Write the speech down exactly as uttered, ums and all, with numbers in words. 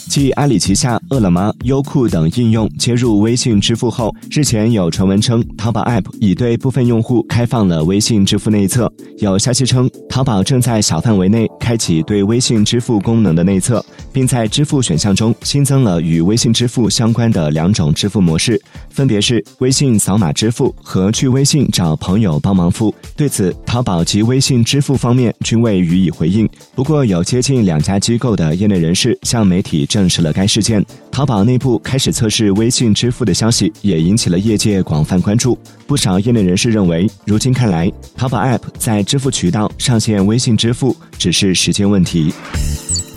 继阿里旗下饿了么、优酷等应用接入微信支付后，日前有传闻称淘宝 App 已对部分用户开放了微信支付内测。有消息称，淘宝正在小范围内开启对微信支付功能的内测，并在支付选项中新增了与微信支付相关的两种支付模式，分别是微信扫码支付和去微信找朋友帮忙付。对此，淘宝及微信支付方面均未予以回应。不过，有接近两家机构的业内人士向媒体证实了该事件。淘宝内部开始测试微信支付的消息也引起了业界广泛关注。不少业内人士认为，如今看来，淘宝 App 在支付渠道上线微信支付只是时间问题。